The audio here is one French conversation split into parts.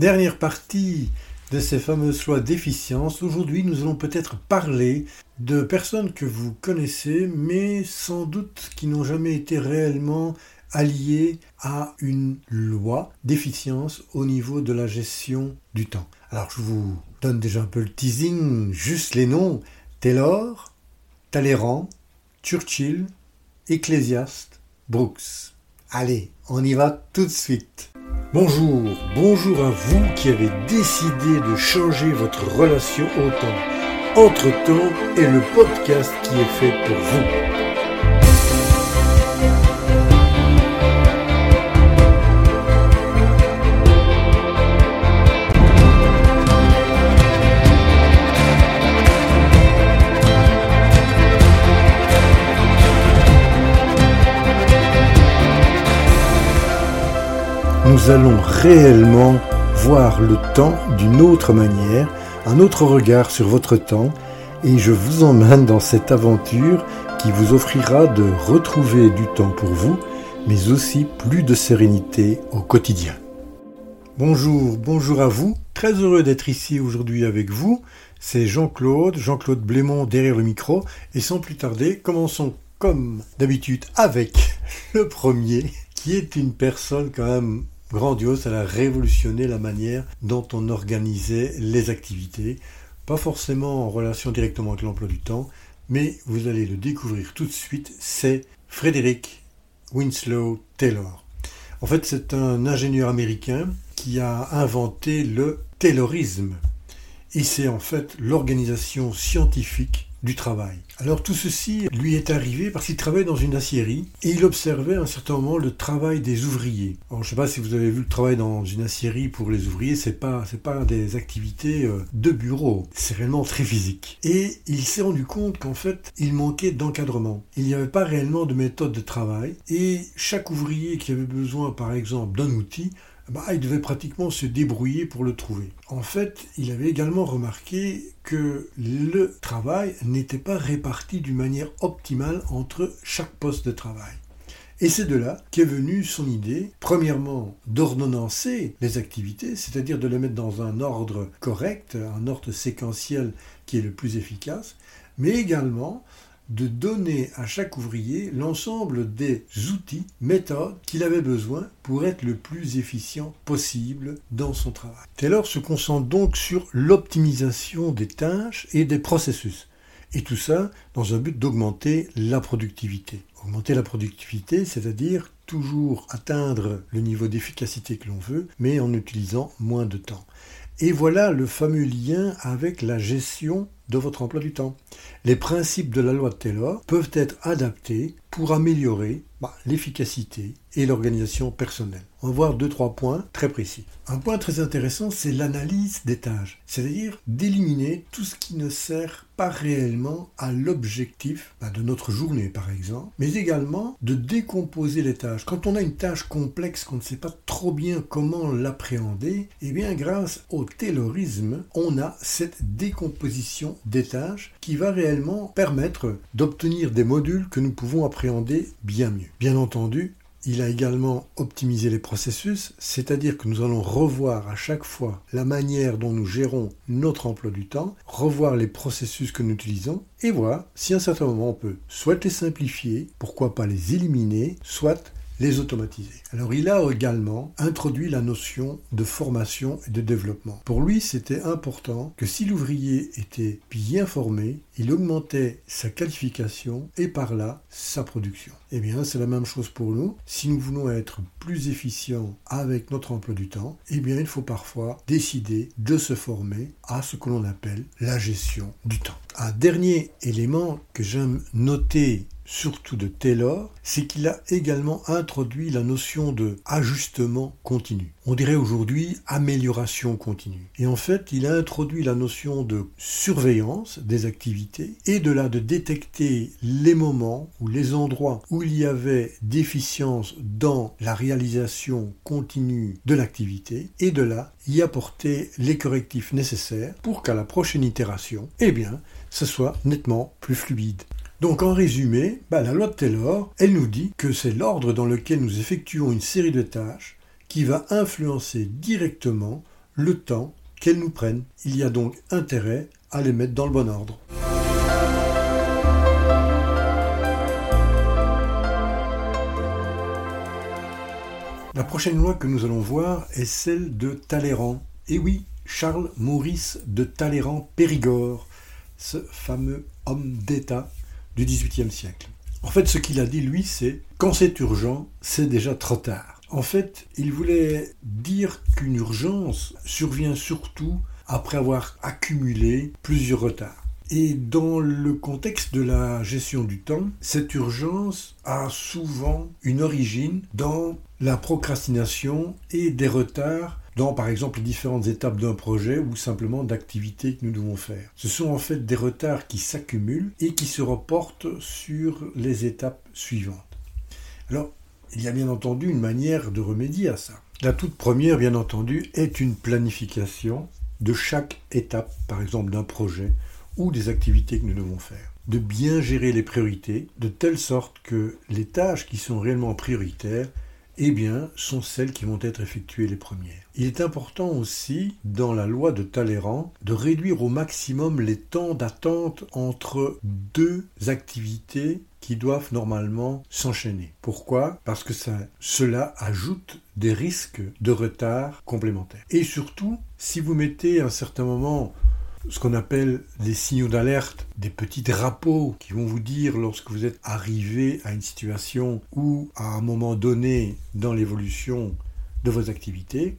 Dernière partie de ces fameuses lois d'efficience. Aujourd'hui, nous allons peut-être parler de personnes que vous connaissez, mais sans doute qui n'ont jamais été réellement alliées à une loi d'efficience au niveau de la gestion du temps. Alors, je vous donne déjà un peu le teasing, juste les noms. Taylor, Talleyrand, Churchill, Ecclésiaste, Brooks. Allez, on y va tout de suite. Bonjour à vous qui avez décidé de changer votre relation au temps. Entre-temps est le podcast qui est fait pour vous. Nous allons réellement voir le temps d'une autre manière, un autre regard sur votre temps, et je vous emmène dans cette aventure qui vous offrira de retrouver du temps pour vous, mais aussi plus de sérénité au quotidien. Bonjour à vous, très heureux d'être ici aujourd'hui avec vous, c'est Jean-Claude Blémont derrière le micro, et sans plus tarder, commençons comme d'habitude avec le premier, qui est une personne quand même grandiose. Elle a révolutionné la manière dont on organisait les activités, pas forcément en relation directement avec l'emploi du temps, mais vous allez le découvrir tout de suite, c'est Frederick Winslow Taylor. En fait, c'est un ingénieur américain qui a inventé le Taylorisme, et c'est en fait l'organisation scientifique du travail. Alors tout ceci lui est arrivé parce qu'il travaillait dans une aciérie et il observait à un certain moment le travail des ouvriers. Alors je ne sais pas si vous avez vu le travail dans une aciérie pour les ouvriers, c'est pas des activités de bureau, c'est réellement très physique. Et il s'est rendu compte qu'en fait il manquait d'encadrement. Il n'y avait pas réellement de méthode de travail et chaque ouvrier qui avait besoin par exemple d'un outil, il devait pratiquement se débrouiller pour le trouver. En fait, il avait également remarqué que le travail n'était pas réparti d'une manière optimale entre chaque poste de travail. Et c'est de là qu'est venue son idée, premièrement, d'ordonnancer les activités, c'est-à-dire de les mettre dans un ordre correct, un ordre séquentiel qui est le plus efficace, mais également de donner à chaque ouvrier l'ensemble des outils, méthodes qu'il avait besoin pour être le plus efficient possible dans son travail. Taylor se concentre donc sur l'optimisation des tâches et des processus. Et tout ça dans un but d'augmenter la productivité. Augmenter la productivité, c'est-à-dire toujours atteindre le niveau d'efficacité que l'on veut, mais en utilisant moins de temps. Et voilà le fameux lien avec la gestion de votre emploi du temps. Les principes de la loi de Taylor peuvent être adaptés pour améliorer l'efficacité et l'organisation personnelle. On va voir 2-3 points très précis. Un point très intéressant, c'est l'analyse des tâches, c'est-à-dire d'éliminer tout ce qui ne sert pas réellement à l'objectif de notre journée par exemple, mais également de décomposer les tâches. Quand on a une tâche complexe qu'on ne sait pas trop bien comment l'appréhender, grâce au Taylorisme, on a cette décomposition des tâches qui va réellement permettre d'obtenir des modules que nous pouvons appréhender bien mieux. Bien entendu, il a également optimisé les processus, c'est-à-dire que nous allons revoir à chaque fois la manière dont nous gérons notre emploi du temps, revoir les processus que nous utilisons, et voir si à un certain moment on peut soit les simplifier, pourquoi pas les éliminer, soit les automatiser. Alors il a également introduit la notion de formation et de développement. Pour lui, c'était important que si l'ouvrier était bien formé, il augmentait sa qualification et par là sa production. C'est la même chose pour nous. Si nous voulons être plus efficients avec notre emploi du temps, il faut parfois décider de se former à ce que l'on appelle la gestion du temps. Un dernier élément que j'aime noter surtout de Taylor, c'est qu'il a également introduit la notion de ajustement continu. On dirait aujourd'hui amélioration continue. Et en fait, il a introduit la notion de surveillance des activités et de là de détecter les moments ou les endroits où il y avait déficience dans la réalisation continue de l'activité et de là y apporter les correctifs nécessaires pour qu'à la prochaine itération, ce soit nettement plus fluide. Donc en résumé, la loi de Taylor, elle nous dit que c'est l'ordre dans lequel nous effectuons une série de tâches qui va influencer directement le temps qu'elles nous prennent. Il y a donc intérêt à les mettre dans le bon ordre. La prochaine loi que nous allons voir est celle de Talleyrand. Et oui, Charles Maurice de Talleyrand-Périgord, ce fameux homme d'État du XVIIIe siècle. En fait, ce qu'il a dit, lui, c'est « quand c'est urgent, c'est déjà trop tard ». En fait, il voulait dire qu'une urgence survient surtout après avoir accumulé plusieurs retards. Et dans le contexte de la gestion du temps, cette urgence a souvent une origine dans la procrastination et des retards dans, par exemple, les différentes étapes d'un projet ou simplement d'activités que nous devons faire. Ce sont en fait des retards qui s'accumulent et qui se reportent sur les étapes suivantes. Alors, il y a bien entendu une manière de remédier à ça. La toute première, bien entendu, est une planification de chaque étape, par exemple, d'un projet ou des activités que nous devons faire. De bien gérer les priorités, de telle sorte que les tâches qui sont réellement prioritaires sont celles qui vont être effectuées les premières. Il est important aussi, dans la loi de Talleyrand, de réduire au maximum les temps d'attente entre deux activités qui doivent normalement s'enchaîner. Pourquoi ? Parce que cela ajoute des risques de retard complémentaires. Et surtout, si vous mettez à un certain moment ce qu'on appelle des signaux d'alerte, des petits drapeaux qui vont vous dire lorsque vous êtes arrivé à une situation ou à un moment donné dans l'évolution de vos activités,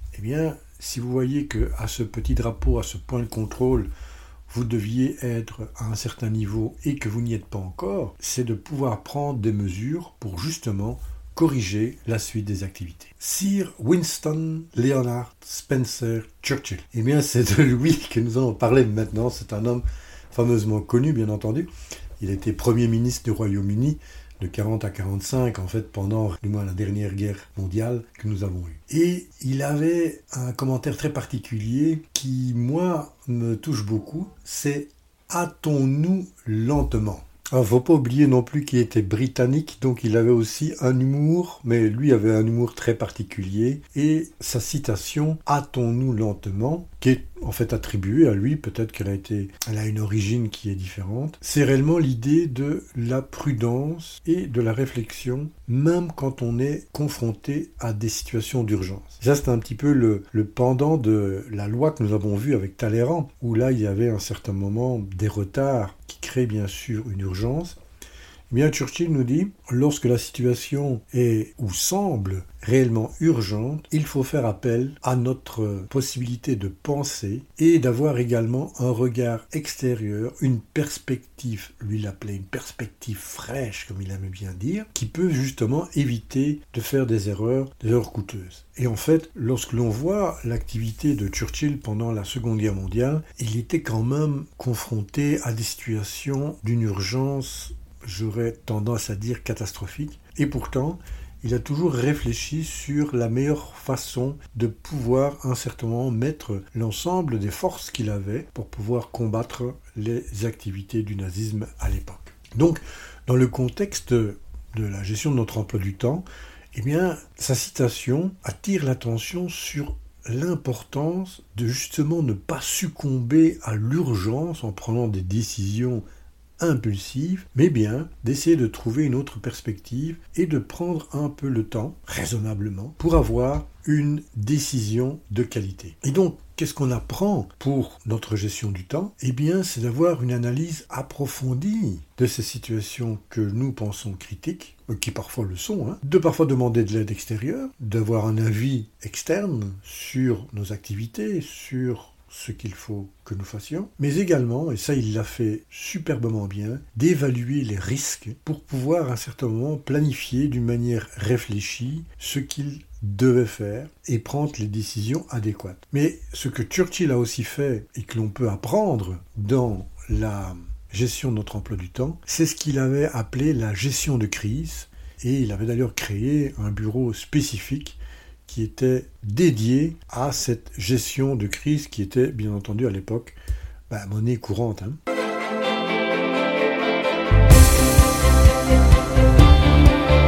si vous voyez qu'à ce petit drapeau, à ce point de contrôle, vous deviez être à un certain niveau et que vous n'y êtes pas encore, c'est de pouvoir prendre des mesures pour justement corriger la suite des activités. Sir Winston Leonard Spencer Churchill. C'est de lui que nous allons parler maintenant. C'est un homme fameusement connu, bien entendu. Il était Premier ministre du Royaume-Uni de 40 à 45, en fait, pendant du moins la dernière guerre mondiale que nous avons eue. Et il avait un commentaire très particulier qui, moi, me touche beaucoup. C'est « hâtons-nous lentement ». Il ne faut pas oublier non plus qu'il était britannique, donc il avait aussi un humour, mais lui avait un humour très particulier. Et sa citation « hâtons-nous lentement », qui est en fait attribuée à lui, peut-être qu'elle a une origine qui est différente, c'est réellement l'idée de la prudence et de la réflexion, même quand on est confronté à des situations d'urgence. Ça, c'est un petit peu le pendant de la loi que nous avons vue avec Talleyrand, où là, il y avait à un certain moment des retards qui créent bien sûr une urgence. Churchill nous dit, lorsque la situation est ou semble réellement urgente, il faut faire appel à notre possibilité de penser et d'avoir également un regard extérieur, une perspective, lui l'appelait une perspective fraîche, comme il aimait bien dire, qui peut justement éviter de faire des erreurs coûteuses. Et en fait, lorsque l'on voit l'activité de Churchill pendant la Seconde Guerre mondiale, il était quand même confronté à des situations d'une urgence, j'aurais tendance à dire catastrophique, et pourtant, il a toujours réfléchi sur la meilleure façon de pouvoir à un certain moment mettre l'ensemble des forces qu'il avait pour pouvoir combattre les activités du nazisme à l'époque. Donc, dans le contexte de la gestion de notre emploi du temps, sa citation attire l'attention sur l'importance de justement ne pas succomber à l'urgence en prenant des décisions impulsive, mais bien d'essayer de trouver une autre perspective et de prendre un peu le temps, raisonnablement, pour avoir une décision de qualité. Et donc, qu'est-ce qu'on apprend pour notre gestion du temps ? C'est d'avoir une analyse approfondie de ces situations que nous pensons critiques, qui parfois le sont, de parfois demander de l'aide extérieure, d'avoir un avis externe sur nos activités, sur ce qu'il faut que nous fassions, mais également, et ça il l'a fait superbement bien, d'évaluer les risques pour pouvoir à un certain moment planifier d'une manière réfléchie ce qu'il devait faire et prendre les décisions adéquates. Mais ce que Churchill a aussi fait et que l'on peut apprendre dans la gestion de notre emploi du temps, c'est ce qu'il avait appelé la gestion de crise, et il avait d'ailleurs créé un bureau spécifique qui était dédié à cette gestion de crise qui était, bien entendu, à l'époque, monnaie courante.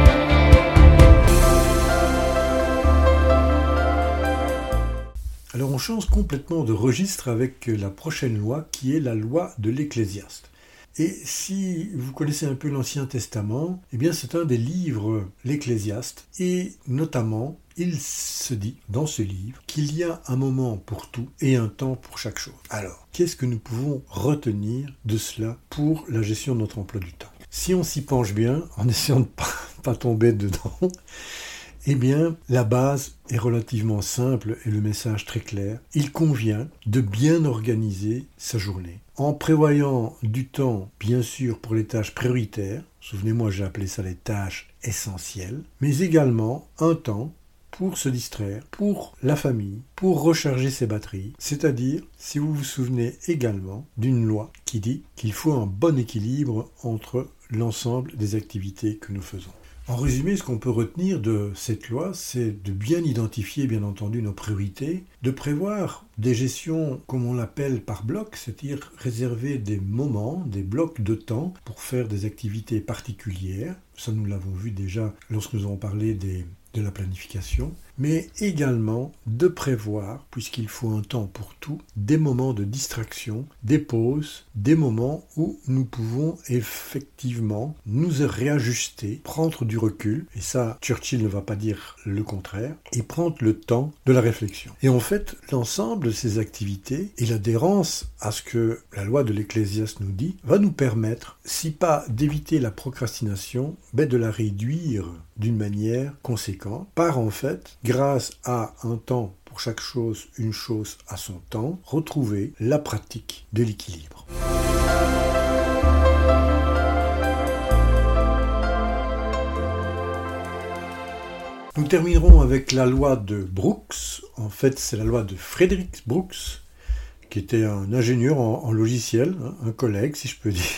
Alors on change complètement de registre avec la prochaine loi qui est la loi de l'Ecclésiaste. Et si vous connaissez un peu l'Ancien Testament, eh bien c'est un des livres, l'Ecclésiaste, et notamment, il se dit dans ce livre qu'il y a un moment pour tout et un temps pour chaque chose. Alors, qu'est-ce que nous pouvons retenir de cela pour la gestion de notre emploi du temps ? Si on s'y penche bien, en essayant de ne pas tomber dedans, eh bien, la base est relativement simple et le message très clair. Il convient de bien organiser sa journée en prévoyant du temps, bien sûr, pour les tâches prioritaires. Souvenez-moi, j'ai appelé ça les tâches essentielles, mais également un temps pour se distraire, pour la famille, pour recharger ses batteries. C'est-à-dire, si vous vous souvenez également d'une loi qui dit qu'il faut un bon équilibre entre l'ensemble des activités que nous faisons. En résumé, ce qu'on peut retenir de cette loi, c'est de bien identifier, bien entendu, nos priorités, de prévoir des gestions, comme on l'appelle, par bloc, c'est-à-dire réserver des moments, des blocs de temps pour faire des activités particulières. Ça, nous l'avons vu déjà lorsque nous avons parlé de la planification, mais également de prévoir, puisqu'il faut un temps pour tout, des moments de distraction, des pauses, des moments où nous pouvons effectivement nous réajuster, prendre du recul, et ça, Churchill ne va pas dire le contraire, et prendre le temps de la réflexion. Et en fait, l'ensemble de ces activités et l'adhérence à ce que la loi de l'Ecclésiaste nous dit, va nous permettre, si pas d'éviter la procrastination, mais de la réduire d'une manière conséquente, par en fait, grâce à un temps pour chaque chose, une chose à son temps, retrouver la pratique de l'équilibre. Nous terminerons avec la loi de Brooks. En fait, c'est la loi de Frederick Brooks, qui était un ingénieur en logiciel, un collègue, si je peux dire.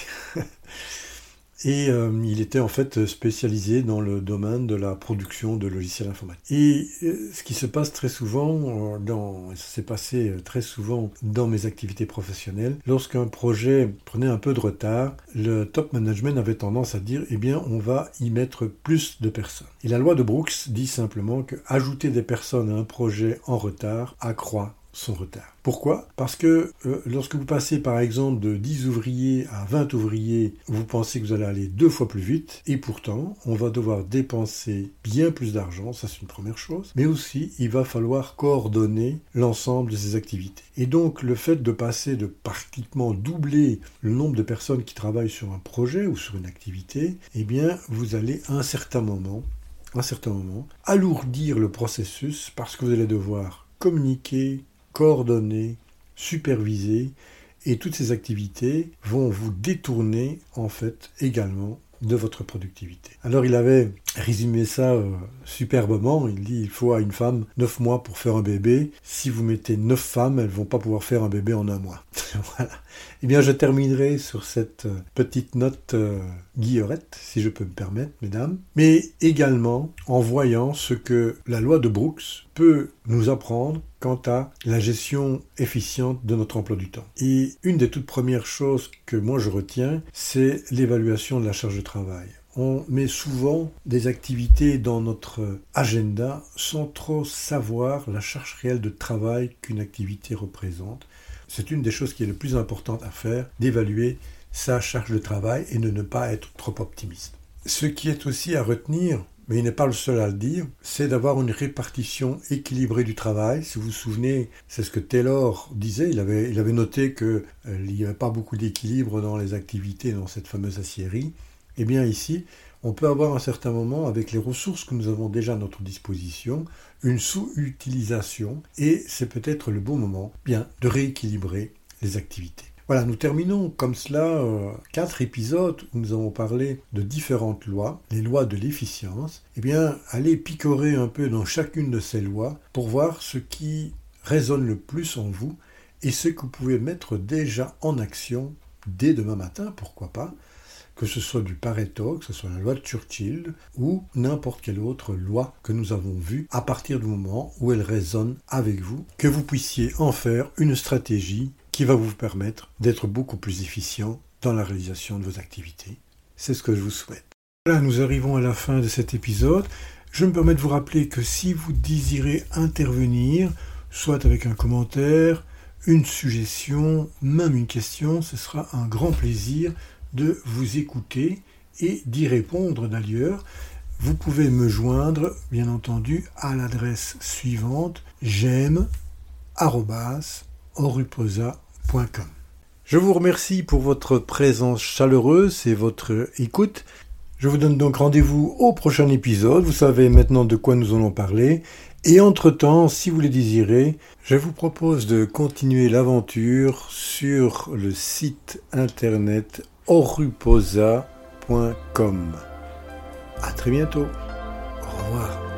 Et il était en fait spécialisé dans le domaine de la production de logiciels informatiques. Et ce qui se passe très souvent, ça s'est passé très souvent dans mes activités professionnelles, lorsqu'un projet prenait un peu de retard, le top management avait tendance à dire, eh bien, on va y mettre plus de personnes. Et la loi de Brooks dit simplement que ajouter des personnes à un projet en retard accroît son retard. Pourquoi ? Parce que lorsque vous passez par exemple de 10 ouvriers à 20 ouvriers, vous pensez que vous allez aller 2 fois plus vite, et pourtant on va devoir dépenser bien plus d'argent, ça c'est une première chose, mais aussi il va falloir coordonner l'ensemble de ces activités. Et donc le fait de passer de pratiquement doubler le nombre de personnes qui travaillent sur un projet ou sur une activité, eh bien vous allez à un certain moment, alourdir le processus parce que vous allez devoir communiquer, coordonner, superviser, et toutes ces activités vont vous détourner en fait également de votre productivité. Alors il avait résumé ça superbement, il dit il faut à une femme 9 mois pour faire un bébé, si vous mettez 9 femmes, elles ne vont pas pouvoir faire un bébé en 1 mois. Voilà. Eh bien je terminerai sur cette petite note guillerette, si je peux me permettre, mesdames, mais également en voyant ce que la loi de Brooks peut nous apprendre quant à la gestion efficiente de notre emploi du temps. Et une des toutes premières choses que moi je retiens, c'est l'évaluation de la charge de travail. On met souvent des activités dans notre agenda sans trop savoir la charge réelle de travail qu'une activité représente. C'est une des choses qui est le plus importante à faire, d'évaluer sa charge de travail et de ne pas être trop optimiste. Ce qui est aussi à retenir, mais il n'est pas le seul à le dire, c'est d'avoir une répartition équilibrée du travail. Si vous vous souvenez, c'est ce que Taylor disait, il avait noté qu'il n'y avait pas beaucoup d'équilibre dans les activités dans cette fameuse aciérie. Eh bien ici, on peut avoir à un certain moment, avec les ressources que nous avons déjà à notre disposition, une sous-utilisation, et c'est peut-être le bon moment de rééquilibrer les activités. Voilà, nous terminons comme cela 4 épisodes où nous avons parlé de différentes lois, les lois de l'efficience. Eh bien, allez picorer un peu dans chacune de ces lois pour voir ce qui résonne le plus en vous et ce que vous pouvez mettre déjà en action dès demain matin, pourquoi pas, que ce soit du Pareto, que ce soit la loi de Churchill ou n'importe quelle autre loi que nous avons vue à partir du moment où elle résonne avec vous, que vous puissiez en faire une stratégie qui va vous permettre d'être beaucoup plus efficient dans la réalisation de vos activités. C'est ce que je vous souhaite. Voilà, nous arrivons à la fin de cet épisode. Je me permets de vous rappeler que si vous désirez intervenir, soit avec un commentaire, une suggestion, même une question. Ce sera un grand plaisir de vous écouter et d'y répondre d'ailleurs. Vous pouvez me joindre, bien entendu, à l'adresse suivante, j'aime@oruposa.com. Je vous remercie pour votre présence chaleureuse et votre écoute. Je vous donne donc rendez-vous au prochain épisode. Vous savez maintenant de quoi nous allons parler. Et entre-temps, si vous le désirez, je vous propose de continuer l'aventure sur le site internet oruposa.com. À très bientôt. Au revoir.